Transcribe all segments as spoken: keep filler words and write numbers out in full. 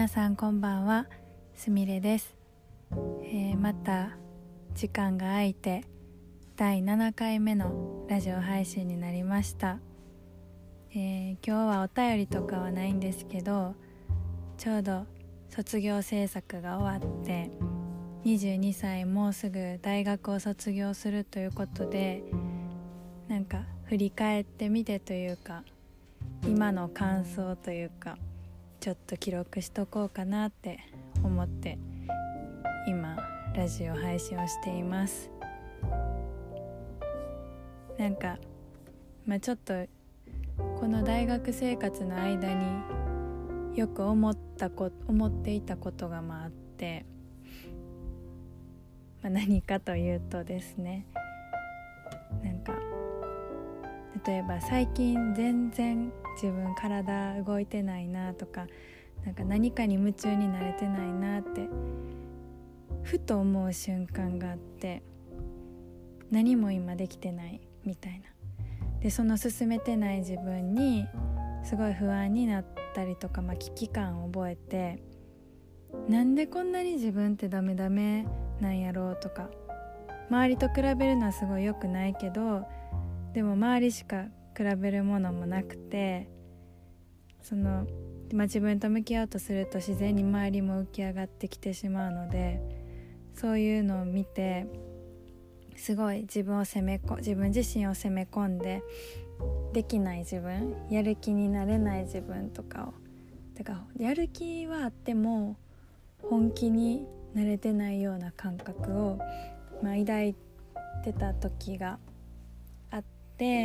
さんこんばんは、すみれです、えー、また時間が空いてだいななかいめのラジオ配信になりました。えー、今日はお便りとかはないんですけど、ちょうど卒業制作が終わってにじゅうにさい、もうすぐ大学を卒業するということで、なんか振り返ってみてというか、今の感想というかちょっと記録しとこうかなって思って今ラジオ配信をしています。なんか、まあ、ちょっとこの大学生活の間によく思ったこ思っていたことがまああって、まあ、何かというとですね、なんか例えば最近全然自分体動いてないなとか、なんか何かに夢中になれてないなってふと思う瞬間があって、何も今できてないみたいなで、その進めてない自分にすごい不安になったりとか、まあ、危機感を覚えて、なんでこんなに自分ってダメダメなんやろうとか、周りと比べるのはすごい良くないけど、でも周りしか比べるものもなくて、その、まあ、自分と向き合おうとすると自然に周りも浮き上がってきてしまうので、そういうのを見てすごい自分を責めこ自分自身を責め込んで、できない自分、やる気になれない自分とかを、てかやる気はあっても本気になれてないような感覚を、まあ、抱いてた時があって、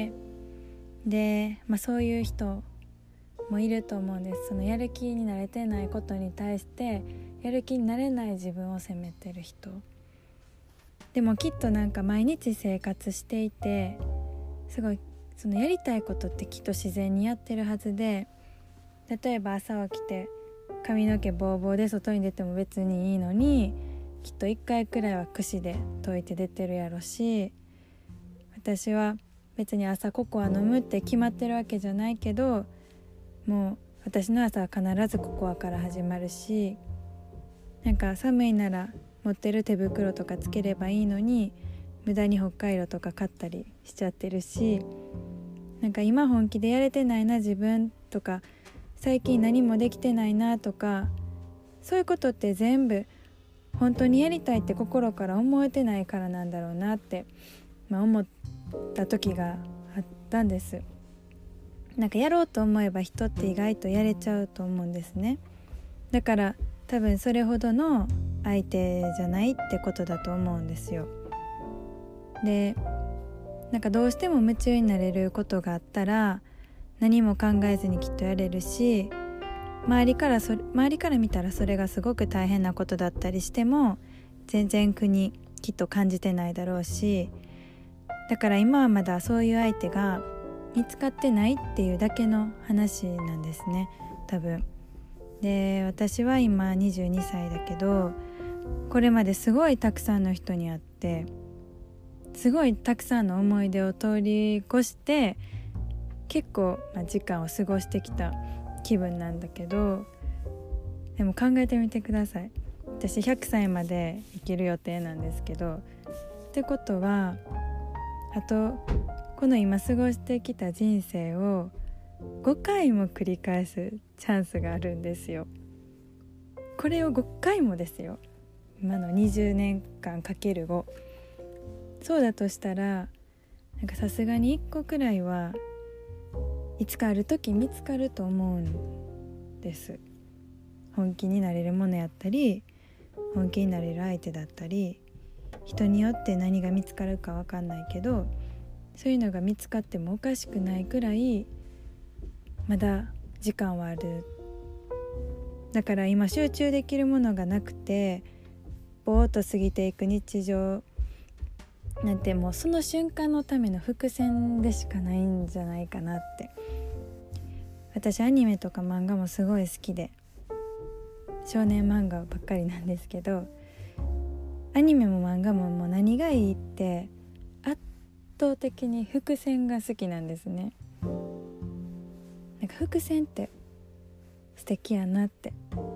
で、まあ、そういう人もいると思うんです。そのやる気になれてないことに対してやる気になれない自分を責めてる人でも、きっとなんか毎日生活していて、すごいそのやりたいことってきっと自然にやってるはずで、例えば朝起きて髪の毛ボーボーで外に出ても別にいいのに、きっといっかいくらいは櫛で解いて出てるやろし、私は別に朝ココア飲むって決まってるわけじゃないけど、もう私の朝は必ずココアから始まるし、なんか寒いなら持ってる手袋とかつければいいのに無駄に北海道とか買ったりしちゃってるし、なんか今本気でやれてないな自分とか、最近何もできてないなとか、そういうことって全部本当にやりたいって心から思えてないからなんだろうなって、まあ、思った時があったんです。なんかやろうと思えば人って意外とやれちゃうと思うんですね。だから多分それほどの相手じゃないってことだと思うんですよ。で、なんかどうしても夢中になれることがあったら何も考えずにきっとやれるし、周りからそ周りから見たらそれがすごく大変なことだったりしても全然苦にきっと感じてないだろうし、だから今はまだそういう相手が見つかってないっていうだけの話なんですね、多分。で、私は今にじゅうにさいだけど、これまですごいたくさんの人に会って、すごいたくさんの思い出を通り越して結構、まあ、時間を過ごしてきた気分なんだけど、でも考えてみてください。私ひゃくさいまで生きる予定なんですけど、ってことはあとこの今過ごしてきた人生をごかいも繰り返すチャンスがあるんですよ。これをごかいもですよ、今のにじゅうねんかんかけるご。そうだとしたら、なんかさすがにいっこくらいはいつかある時見つかると思うんです。本気になれるものやったり、本気になれる相手だったり、人によって何が見つかるか分かんないけど、そういうのが見つかってもおかしくないくらいまだ時間はある。だから今集中できるものがなくてぼーっと過ぎていく日常なんて、もうその瞬間のための伏線でしかないんじゃないかなって。私アニメとか漫画もすごい好きで、少年漫画ばっかりなんですけど、アニメも漫画ももう何がいいって圧倒的に伏線が好きなんですね。なんか伏線って素敵やなって。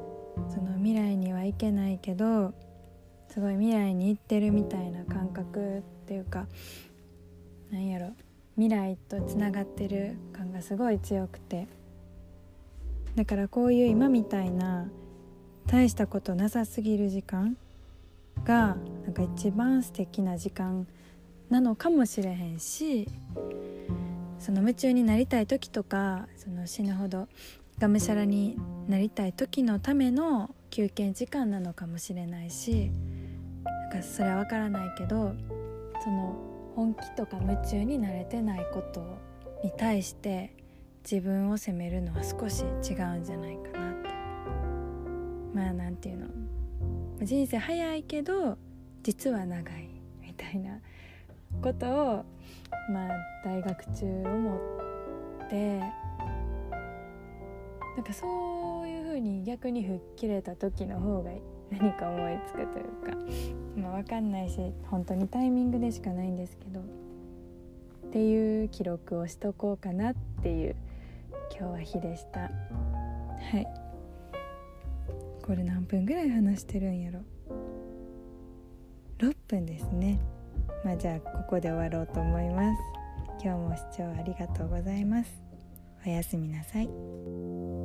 その未来には行けないけどすごい未来に行ってるみたいな感覚っていうか、なんやろ、未来とつながってる感がすごい強くて、だからこういう今みたいな大したことなさすぎる時間がなんか一番素敵な時間なのかもしれへんし、その夢中になりたい時とか、その死ぬほどがむしゃらになりたい時のための休憩時間なのかもしれないし、なんかそれは分からないけど、その本気とか夢中になれてないことに対して自分を責めるのは少し違うんじゃないかなって。まあなんていうの、人生早いけど実は長いみたいなことをまあ大学中思って、なんかそういう風に逆に吹っ切れた時の方が何か思いつくというか、まあ分かんないし本当にタイミングでしかないんですけど、っていう記録をしとこうかなっていう今日は日でした。はい、これ何分ぐらい話してるんやろ。ろっぷんですね。まあじゃあここで終わろうと思います。今日も視聴ありがとうございます。おやすみなさい。